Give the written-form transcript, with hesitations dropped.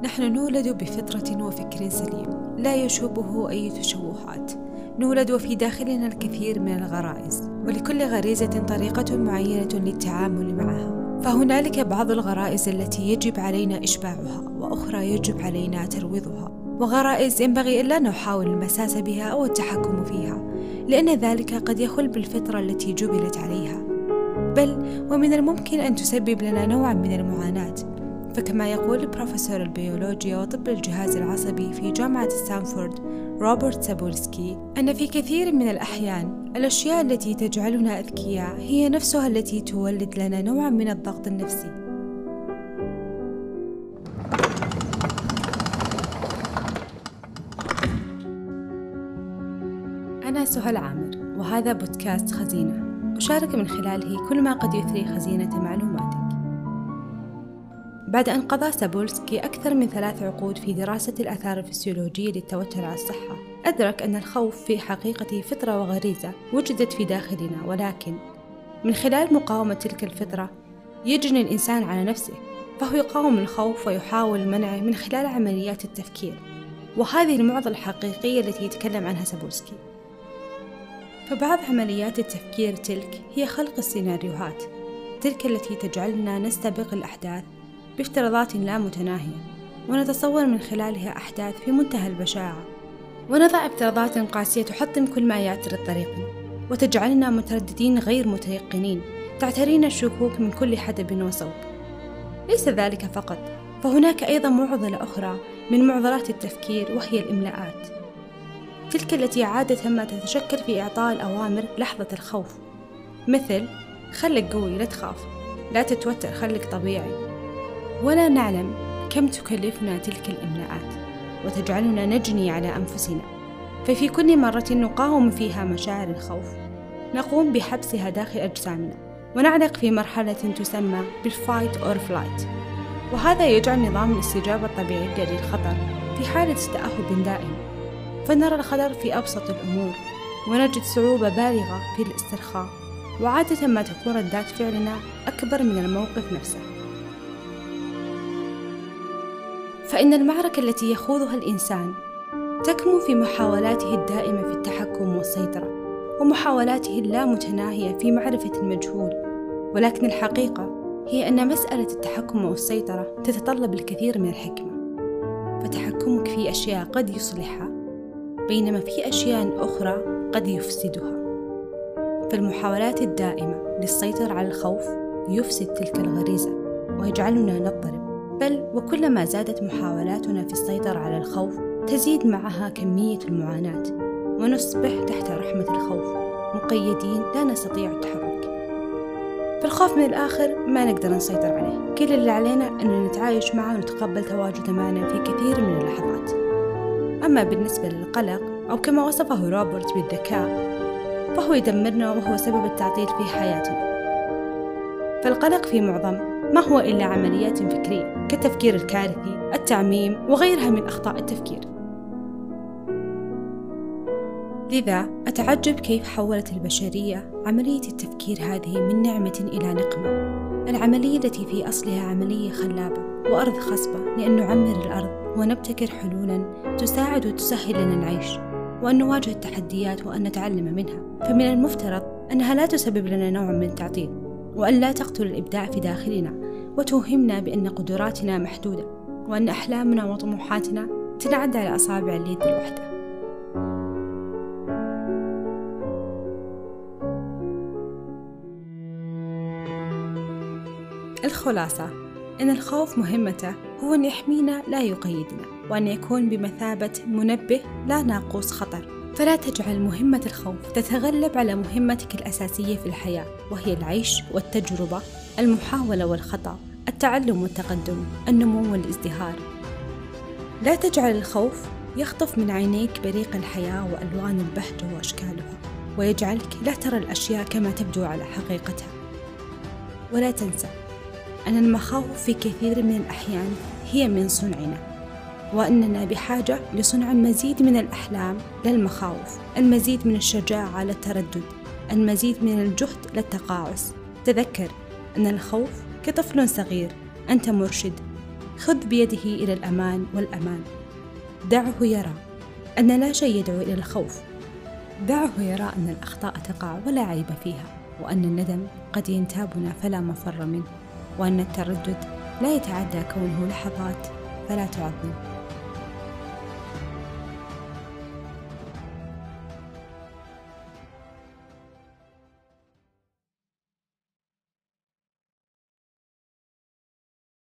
نحن نولد بفطرة وفكر سليم لا يشوبه أي تشوهات. نولد وفي داخلنا الكثير من الغرائز، ولكل غريزة طريقة معينة للتعامل معها. فهنالك بعض الغرائز التي يجب علينا إشباعها، وأخرى يجب علينا ترويضها، وغرائز ينبغي ألا نحاول المساس بها أو التحكم فيها، لأن ذلك قد يخل بالفطرة التي جبلت عليها، بل ومن الممكن أن تسبب لنا نوعا من المعاناة. فكما يقول بروفيسور البيولوجيا وطب الجهاز العصبي في جامعة ستانفورد روبرت سابولسكي، أن في كثير من الأحيان الأشياء التي تجعلنا أذكياء هي نفسها التي تولد لنا نوعا من الضغط النفسي. أنا سهى عامر، وهذا بودكاست خزينة، أشارك من خلاله كل ما قد يثري خزينة معلوماتك. بعد أن قضى سابولسكي أكثر من 3 عقود في دراسة الآثار الفسيولوجية للتوتر على الصحة، أدرك أن الخوف في حقيقة فطرة وغريزة وجدت في داخلنا، ولكن من خلال مقاومة تلك الفطرة يجني الإنسان على نفسه، فهو يقاوم الخوف ويحاول منعه من خلال عمليات التفكير، وهذه المعضلة الحقيقية التي يتكلم عنها سابولسكي. فبعض عمليات التفكير تلك هي خلق السيناريوهات، تلك التي تجعلنا نستبق الأحداث بافتراضات لا متناهية، ونتصور من خلالها أحداث في منتهى البشاعة، ونضع افتراضات قاسية تحطم كل ما يعترض طريقنا، وتجعلنا مترددين غير متيقنين، تعترينا الشكوك من كل حدب وصوب. ليس ذلك فقط، فهناك أيضا معضلة أخرى من معضلات التفكير، وهي الإملاءات، تلك التي عادة ما تتشكل في إعطاء الأوامر لحظة الخوف، مثل خلك قوي لا تخاف، لا تتوتر خلك طبيعي. ولا نعلم كم تكلفنا تلك الإملاءات وتجعلنا نجني على أنفسنا. ففي كل مرة نقاوم فيها مشاعر الخوف نقوم بحبسها داخل أجسامنا، ونعلق في مرحلة تسمى بالفايت أور فلايت، وهذا يجعل نظام الاستجابة الطبيعية للخطر في حالة تأهب دائم، فنرى الخطر في أبسط الأمور، ونجد صعوبة بالغة في الاسترخاء، وعادة ما تكون ردات فعلنا أكبر من الموقف نفسه. فإن المعركة التي يخوضها الإنسان تكمن في محاولاته الدائمة في التحكم والسيطرة، ومحاولاته اللامتناهية في معرفة المجهول، ولكن الحقيقة هي أن مسألة التحكم والسيطرة تتطلب الكثير من الحكمة، فتحكمك في أشياء قد يصلحها، بينما في أشياء أخرى قد يفسدها. فالمحاولات الدائمة للسيطرة على الخوف يفسد تلك الغريزة ويجعلنا نضطرب، بل وكلما زادت محاولاتنا في السيطرة على الخوف تزيد معها كمية المعاناة، ونصبح تحت رحمة الخوف مقيدين لا نستطيع التحرك. فالخوف من الآخر ما نقدر نسيطر عليه، كل اللي علينا أن نتعايش معه ونتقبل تواجده معنا في كثير من اللحظات. أما بالنسبة للقلق، أو كما وصفه روبرت بالذكاء، فهو يدمرنا وهو سبب التعطيل في حياتنا. فالقلق في معظم ما هو إلا عمليات فكرية كالتفكير الكارثي، التعميم، وغيرها من أخطاء التفكير. لذا أتعجب كيف حولت البشرية عملية التفكير هذه من نعمة إلى نقمة، العملية التي في أصلها عملية خلابة وأرض خصبة لأن نعمر الأرض ونبتكر حلولا تساعد وتسهل لنا العيش، وأن نواجه التحديات وأن نتعلم منها. فمن المفترض أنها لا تسبب لنا نوع من التعطيل، وأن لا تقتل الإبداع في داخلنا وتوهمنا بأن قدراتنا محدودة، وأن أحلامنا وطموحاتنا تنعد على أصابع اليد الواحدة. الخلاصة أن الخوف مهمته هو أن يحمينا لا يقيدنا، وأن يكون بمثابة منبه لا ناقوس خطر. فلا تجعل مهمة الخوف تتغلب على مهمتك الأساسية في الحياة، وهي العيش والتجربة، المحاولة والخطأ، التعلم والتقدم، النمو والازدهار. لا تجعل الخوف يخطف من عينيك بريق الحياة وألوان البهجة وأشكالها، ويجعلك لا ترى الأشياء كما تبدو على حقيقتها. ولا تنسى أن المخاوف في كثير من الأحيان هي من صنعنا، وأننا بحاجة لصنع المزيد من الأحلام للمخاوف، المزيد من الشجاعة للتردد، المزيد من الجهد للتقاعس. تذكر أن الخوف كطفل صغير، أنت مرشد، خذ بيده إلى الأمان والأمان. دعه يرى أن لا شيء يدعو إلى الخوف. دعه يرى أن الأخطاء تقع ولا عيب فيها، وأن الندم قد ينتابنا فلا مفر منه، وأن التردد لا يتعدى كونه لحظات فلا تعظم.